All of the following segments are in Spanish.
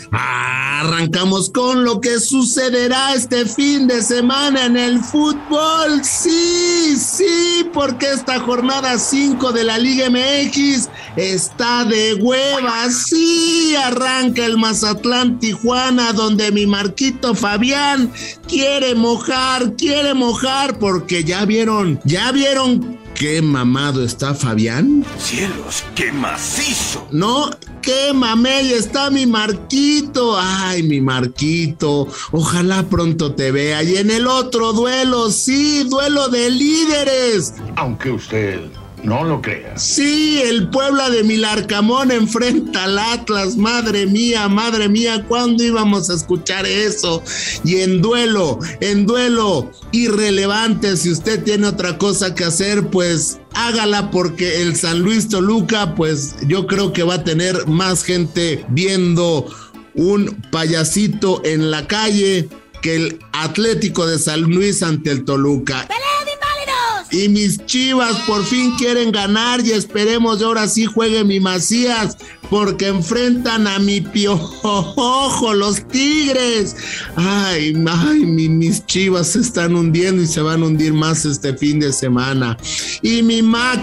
Arrancamos con lo que sucederá este fin de semana en el fútbol. Sí, porque esta jornada 5 de la Liga MX está de hueva. Sí, arranca el Mazatlán Tijuana, donde mi Marquito Fabián quiere mojar, porque ya vieron qué mamado está Fabián. ¡Cielos, qué macizo! No, qué mamey está mi Marquito. Ay, mi Marquito, ojalá pronto te vea. Y en el otro duelo, sí, duelo de líderes. Aunque usted no lo crea. Sí, el Puebla de Milarcamón enfrenta al Atlas. Madre mía, ¿cuándo íbamos a escuchar eso? Y en duelo irrelevante, si usted tiene otra cosa que hacer, pues hágala, porque el San Luis Toluca, pues yo creo que va a tener más gente viendo un payasito en la calle que el Atlético de San Luis ante el Toluca. Y mis Chivas por fin quieren ganar, y esperemos de ahora sí juegue mi Macías, porque enfrentan a mi Piojo, los Tigres. Ay, mis Chivas se están hundiendo y se van a hundir más este fin de semana. Y mi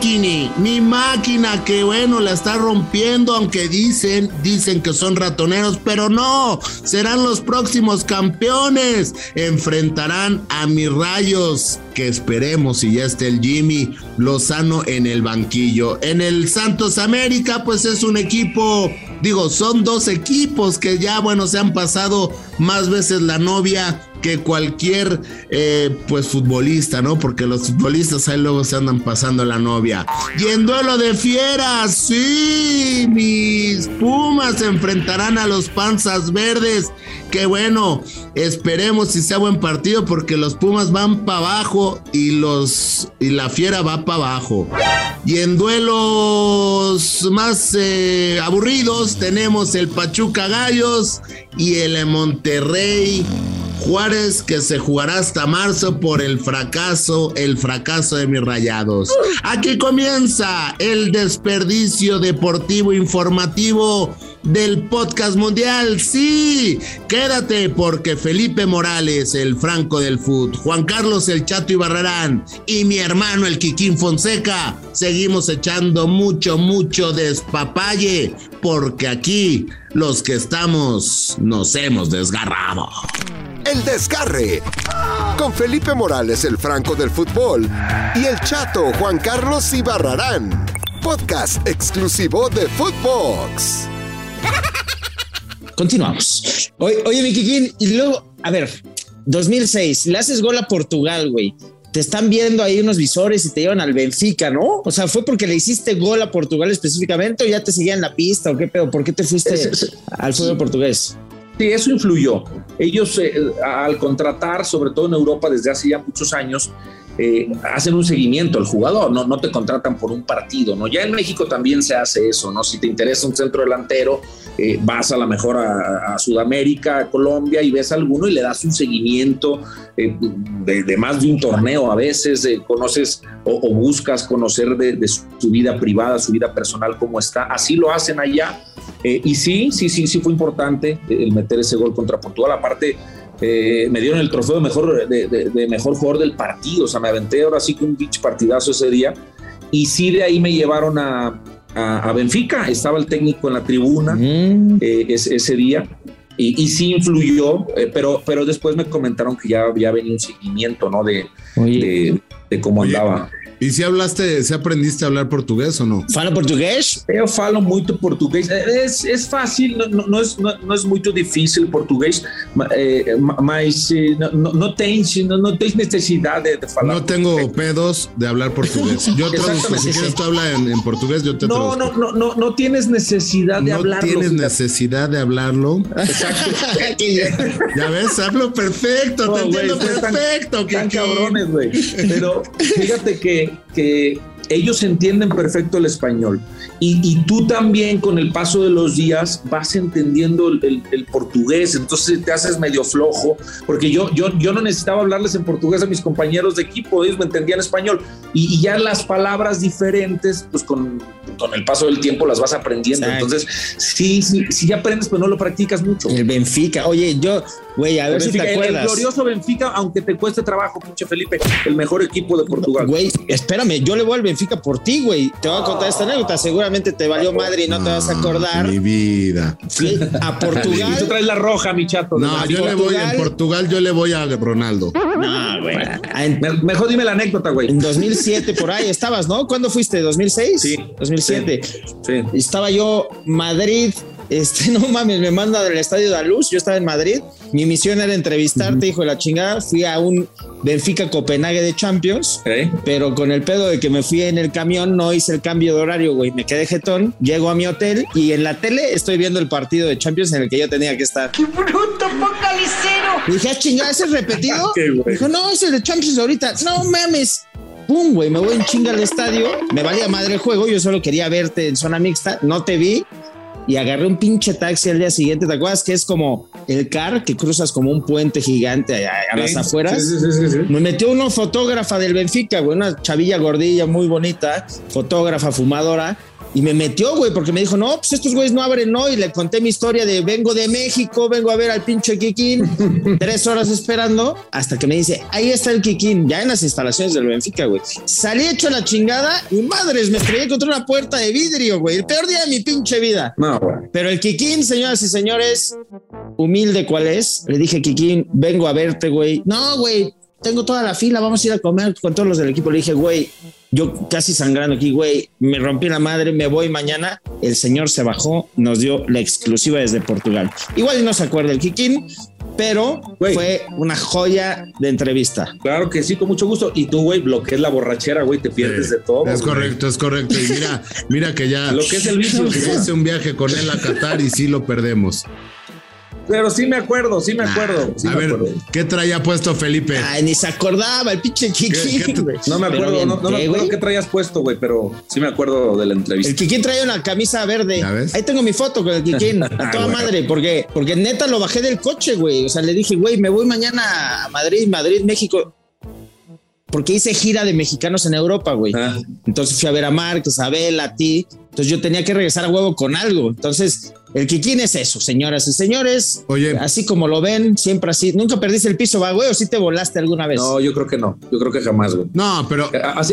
máquina que bueno, la está rompiendo, aunque dicen que son ratoneros, pero no, serán los próximos campeones. Enfrentarán a mis Rayos, que esperemos y ya esté el Jimmy Lozano en el banquillo. En el Santos América, pues es un equipo, son dos equipos que ya, bueno, se han pasado más veces la novia que cualquier pues futbolista, ¿no? Porque los futbolistas ahí luego se andan pasando la novia. Y en duelo de fieras, sí, mis Pumas se enfrentarán a los Panzas Verdes, que bueno, esperemos si sea buen partido, porque los Pumas van para abajo y la fiera va para abajo. Y en duelos más aburridos tenemos el Pachuca Gallos y el Monterrey Juárez, que se jugará hasta marzo por el fracaso de mis Rayados. Aquí comienza el desperdicio deportivo informativo del podcast mundial. Sí, quédate, porque Felipe Morales, el Franco del Fut, Juan Carlos el Chato Ibarrarán y mi hermano el Kikín Fonseca seguimos echando mucho despapalle, porque aquí los que estamos nos hemos desgarrado. El Desgarre, con Felipe Morales, el Franco del Fútbol, y el Chato Juan Carlos Ibarrarán. Podcast exclusivo de Footbox. Continuamos. Oye, mi Kikín, y luego, a ver, 2006, le haces gol a Portugal, güey. Te están viendo ahí unos visores y te llevan al Benfica, ¿no? O sea, ¿fue porque le hiciste gol a Portugal específicamente o ya te seguían en la pista o qué pedo? ¿Por qué te fuiste al fútbol portugués? Sí, eso influyó. Ellos al contratar, sobre todo en Europa desde hace ya muchos años, hacen un seguimiento al jugador, no te contratan por un partido, ¿no? Ya en México también se hace eso, ¿no? Si te interesa un centro delantero, vas a lo mejor a Sudamérica, a Colombia, y ves a alguno y le das un seguimiento de más de un torneo a veces, conoces o buscas conocer de su vida privada, su vida personal, cómo está. Así lo hacen allá. Y sí fue importante el meter ese gol contra Portugal. Aparte, me dieron el trofeo de mejor jugador del partido. O sea, me aventé ahora sí que un pinche partidazo ese día. Y sí, de ahí me llevaron a Benfica. Estaba el técnico en la tribuna ese día. Y sí influyó, pero después me comentaron que ya venía un seguimiento, ¿no? De cómo andaba. ¿Y si aprendiste a hablar portugués o no? ¿Fala portugués? Eu falo muito português. É fácil, não é muito difícil o português, mas não tens necessidade de falar. No tengo pedos de hablar portugués. Yo traduzco. Si quieres tú habla en portugués, yo te traduzco. No tienes necesidad de hablarlo. No tienes necesidad de hablarlo. Exacto. Ya ves, hablo perfecto, te entiendo perfecto. Están cabrones, güey. Pero fíjate que ellos entienden perfecto el español y tú también con el paso de los días vas entendiendo el portugués, entonces te haces medio flojo, porque yo no necesitaba hablarles en portugués a mis compañeros de equipo, ellos me entendían español y ya las palabras diferentes, pues con el paso del tiempo las vas aprendiendo. Exacto. Entonces sí aprendes, pero no lo practicas mucho. El Benfica, oye, güey, a ver si te acuerdas. El glorioso Benfica, aunque te cueste trabajo, pinche Felipe, el mejor equipo de Portugal. Güey, espérame, yo le voy al Benfica por ti, güey. Te voy a contar esta anécdota, seguramente te valió madre y no te vas a acordar. Mi vida. Fui a Portugal. Y tú traes la roja, mi chato. No, yo le voy en Portugal, yo le voy a Ronaldo. No, güey. Mejor dime la anécdota, güey. En 2007 por ahí estabas, ¿no? ¿Cuándo fuiste? ¿2006? Sí. 2007. Sí. Estaba yo Madrid. No mames, me manda del Estadio de la Luz. Yo estaba en Madrid. Mi misión era entrevistarte, hijo de la chingada. Fui a un Benfica Copenhague de Champions, pero con el pedo de que me fui en el camión, no hice el cambio de horario, güey. Me quedé jetón. Llego a mi hotel y en la tele estoy viendo el partido de Champions en el que yo tenía que estar. ¡Qué bruto, focalicero! Y dije, chingada, ¿ese es repetido? Dijo, no, es el de Champions ahorita. No mames. Pum, güey, me voy en chinga al estadio. Me valía madre el juego. Yo solo quería verte en zona mixta. No te vi. Y agarré un pinche taxi al día siguiente. ¿Te acuerdas que es como el CAR, que cruzas como un puente gigante a las afueras? Sí. Me metió una fotógrafa del Benfica, güey, una chavilla gordilla muy bonita, fotógrafa, fumadora. Y me metió, güey, porque me dijo, no, pues estos güeyes no abren, ¿no? Y le conté mi historia de vengo de México, vengo a ver al pinche Kikín. 3 horas esperando, hasta que me dice, ahí está el Kikín, ya en las instalaciones del Benfica, güey. Salí hecho la chingada y madres, me estrellé contra una puerta de vidrio, güey. El peor día de mi pinche vida. No, güey. Pero el Kikín, señoras y señores, humilde cual es, le dije, Kikín, vengo a verte, güey. No, güey, tengo toda la fila, vamos a ir a comer con todos los del equipo. Le dije, güey, yo casi sangrando aquí, güey, me rompí la madre, me voy mañana. El señor se bajó, nos dio la exclusiva desde Portugal. Igual no se acuerda el Kikín, pero güey, fue una joya de entrevista. Claro que sí, con mucho gusto. Y tú, güey, lo que es la borrachera, güey, te pierdes de todo. Es correcto, es correcto. Y mira que ya lo que es el vicio. Hice un viaje con él a Qatar y sí lo perdemos. Pero sí me acuerdo. A ver, ¿qué traía puesto Felipe? Ay, ni se acordaba, el pinche Kikín. No me acuerdo, no me acuerdo qué traías puesto, güey, pero sí me acuerdo de la entrevista. El Kikín traía una camisa verde. Ahí tengo mi foto con el Kikín, a toda madre, porque neta lo bajé del coche, güey. O sea, le dije, güey, me voy mañana a Madrid, México. Porque hice gira de mexicanos en Europa, güey. Entonces fui a ver a Marc, Isabel, a ti. Entonces yo tenía que regresar a huevo con algo. Entonces el Kikín es eso, señoras y señores. Oye, así como lo ven, siempre así. ¿Nunca perdiste el piso, va, güey? ¿O sí te volaste alguna vez? No, yo creo que no. Yo creo que jamás, güey. No, pero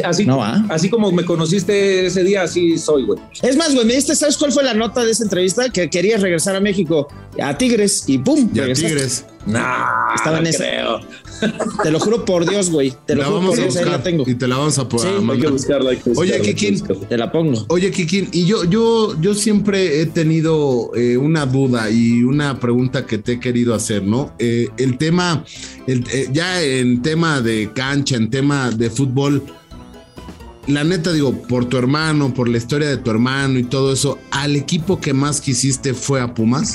así como me conociste ese día, así soy, güey. Es más, güey, me diste, ¿sabes cuál fue la nota de esa entrevista? Que querías regresar a México, a Tigres, y pum, regresaste. Tigres. Nah, estaba en creo. Te lo juro por Dios, güey. Te lo juro por Dios, ahí la tengo. Y te la vamos a poner. Sí, hay que buscarla. Oye, Kikín, te la pongo. Oye, Kikín, y yo siempre he tenido una duda y una pregunta que te he querido hacer, ¿no? El tema, ya en tema de cancha, en tema de fútbol, la neta, digo, por tu hermano, por la historia de tu hermano y todo eso, ¿al equipo que más quisiste fue a Pumas?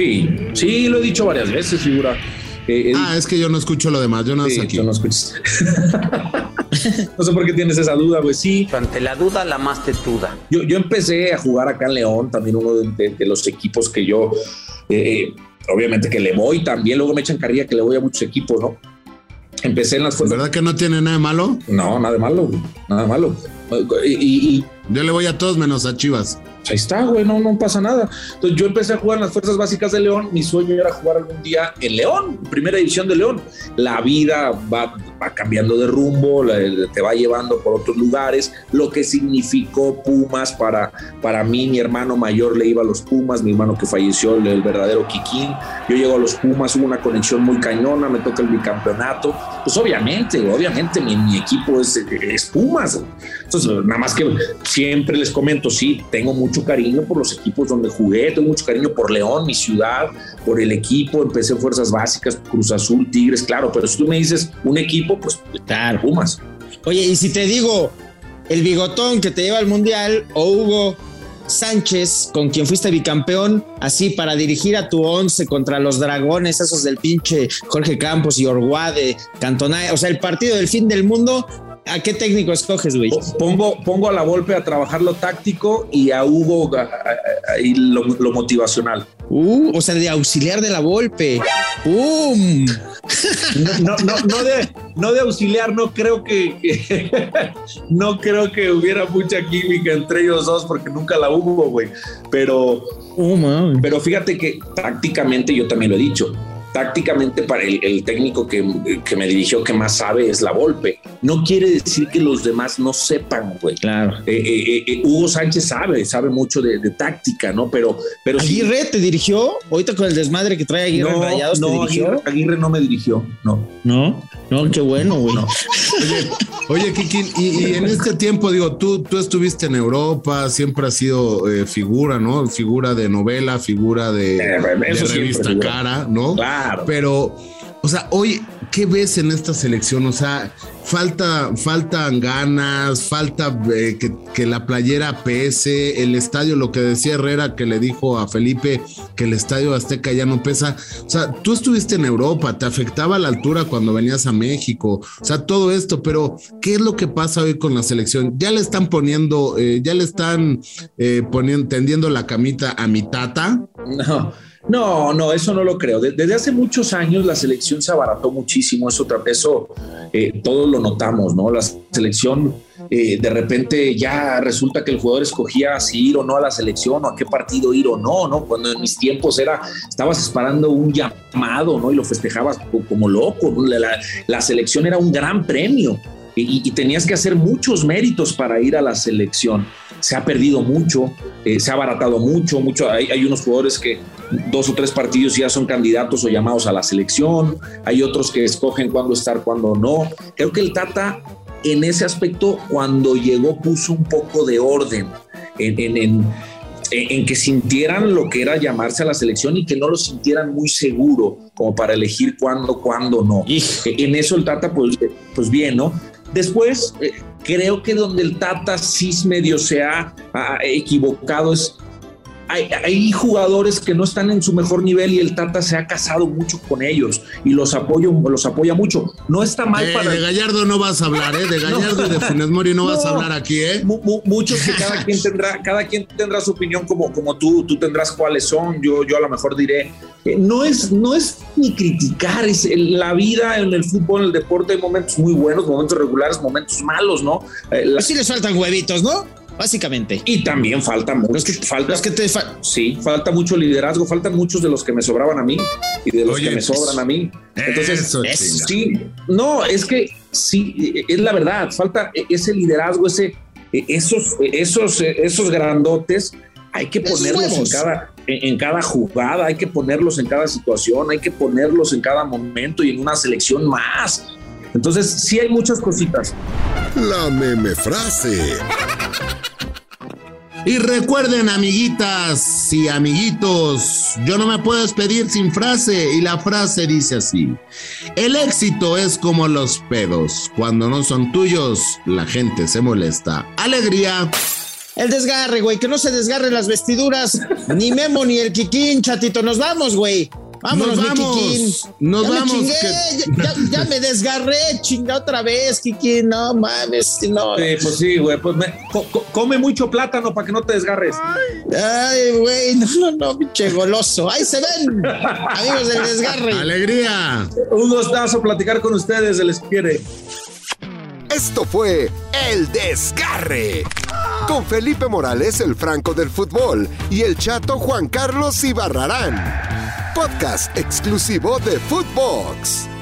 Sí, lo he dicho varias veces, figura. Es que yo no escucho lo demás, yo no sé aquí. Tú no escuchas. No sé por qué tienes esa duda, güey. Sí. Ante la duda, la más tetuda. Yo empecé a jugar acá en León, también uno de los equipos que yo, obviamente que le voy también, luego me echan carrilla que le voy a muchos equipos, ¿no? Empecé en las fuerzas. ¿Verdad que no tiene nada de malo? No, nada de malo, güey. Nada de malo. Y yo le voy a todos menos a Chivas. Ahí está, güey, no pasa nada. Entonces yo empecé a jugar en las fuerzas básicas de León. Mi sueño era jugar algún día en León, primera división de León. La vida va cambiando de rumbo, te va llevando por otros lugares. Lo que significó Pumas para mí, mi hermano mayor le iba a los Pumas, mi hermano que falleció, el verdadero Kikín. Yo llego a los Pumas, hubo una conexión muy cañona, me toca el bicampeonato. Pues obviamente mi equipo es Pumas. Entonces, nada más que siempre les comento, sí, tengo mucho cariño por los equipos donde jugué, tengo mucho cariño por León, mi ciudad, por el equipo. Empecé en fuerzas básicas, Cruz Azul, Tigres, claro, pero si tú me dices un equipo, pues claro, Pumas. Oye, y si te digo el bigotón que te lleva al mundial, o Hugo Sánchez, con quien fuiste bicampeón, así para dirigir a tu 11 contra los dragones, esos del pinche Jorge Campos y Orguade, Cantona, o sea, el partido del fin del mundo, ¿A qué técnico escoges, güey? Pongo a la Volpe a trabajar lo táctico y a Hugo y lo motivacional. O sea, de auxiliar de la Volpe. ¡Pum! No de auxiliar, no creo que no creo que hubiera mucha química entre ellos dos porque nunca la hubo, güey. Pero fíjate que tácticamente, yo también lo he dicho, tácticamente para el técnico que me dirigió, que más sabe, es la Volpe. No quiere decir que los demás no sepan, güey. Claro. Hugo Sánchez sabe mucho de táctica, ¿no? Pero ¿Aguirre sí te dirigió? Ahorita con el desmadre que trae Aguirre en Rayados, ¿te dirigió? Aguirre no me dirigió, no. No, qué bueno, güey. No. Oye, Kikín, y en este tiempo, digo, tú estuviste en Europa, siempre has sido figura, ¿no? Figura de novela, figura de revista cara, ¿no? Claro. Pero, o sea, hoy, ¿qué ves en esta selección? O sea, faltan ganas, falta que la playera pese, el estadio, lo que decía Herrera, que le dijo a Felipe que el estadio Azteca ya no pesa. O sea, tú estuviste en Europa, te afectaba la altura cuando venías a México, o sea, todo esto, pero ¿qué es lo que pasa hoy con la selección? Ya le están poniendo, tendiendo la camita a mi Tata. No, eso no lo creo. Desde hace muchos años la selección se abarató muchísimo, eso todos lo notamos, ¿no? La selección de repente ya resulta que el jugador escogía si ir o no a la selección o a qué partido ir o no, ¿no? Cuando en mis tiempos estabas esperando un llamado, ¿no? Y lo festejabas como loco, ¿no? La selección era un gran premio y tenías que hacer muchos méritos para ir a la selección. Se ha perdido mucho, se ha abaratado mucho. Hay unos jugadores que 2 o 3 partidos ya son candidatos o llamados a la selección, hay otros que escogen cuándo estar, cuándo no. Creo que el Tata en ese aspecto cuando llegó puso un poco de orden en que sintieran lo que era llamarse a la selección y que no lo sintieran muy seguro como para elegir cuándo no. En eso el Tata pues bien, ¿no? Después creo que donde el Tata sí medio se ha equivocado es hay jugadores que no están en su mejor nivel y el Tata se ha casado mucho con ellos y los apoya mucho. No está mal para... De Gallardo no vas a hablar, de Gallardo y de Funes Mori no vas a hablar aquí, Muchos que cada quien tendrá su opinión como tú tendrás cuáles son, yo a lo mejor diré, no es ni criticar, es la vida en el fútbol, en el deporte, hay momentos muy buenos, momentos regulares, momentos malos, ¿no? Sí les faltan huevitos, ¿no? Básicamente. Y también falta mucho. Falta mucho liderazgo, faltan muchos de los que me sobraban a mí y de los que me sobran a mí. Entonces, es que sí, es la verdad, falta ese liderazgo, esos grandotes, hay que ponerlos en cada jugada, hay que ponerlos en cada situación, hay que ponerlos en cada momento y en una selección más. Entonces, sí hay muchas cositas. La meme frase. Y recuerden, amiguitas y amiguitos, yo no me puedo despedir sin frase, y la frase dice así: el éxito es como los pedos, cuando no son tuyos, la gente se molesta. Alegría. El desgarre, güey, que no se desgarren las vestiduras, ni Memo ni el Kikín, chatito, nos vamos, güey. Vámonos, Kikín. Nos vamos. Ya me desgarré, chinga otra vez, Kikín. No mames, no. Pues sí, güey. Pues come mucho plátano para que no te desgarres. Ay, güey, no, pinche goloso. Ahí se ven, amigos del desgarre. Alegría. Un gustazo platicar con ustedes, se les quiere. Esto fue El Desgarre. Con Felipe Morales, el Franco del fútbol, y el Chato Juan Carlos Ibarrarán. Podcast exclusivo de Footbox.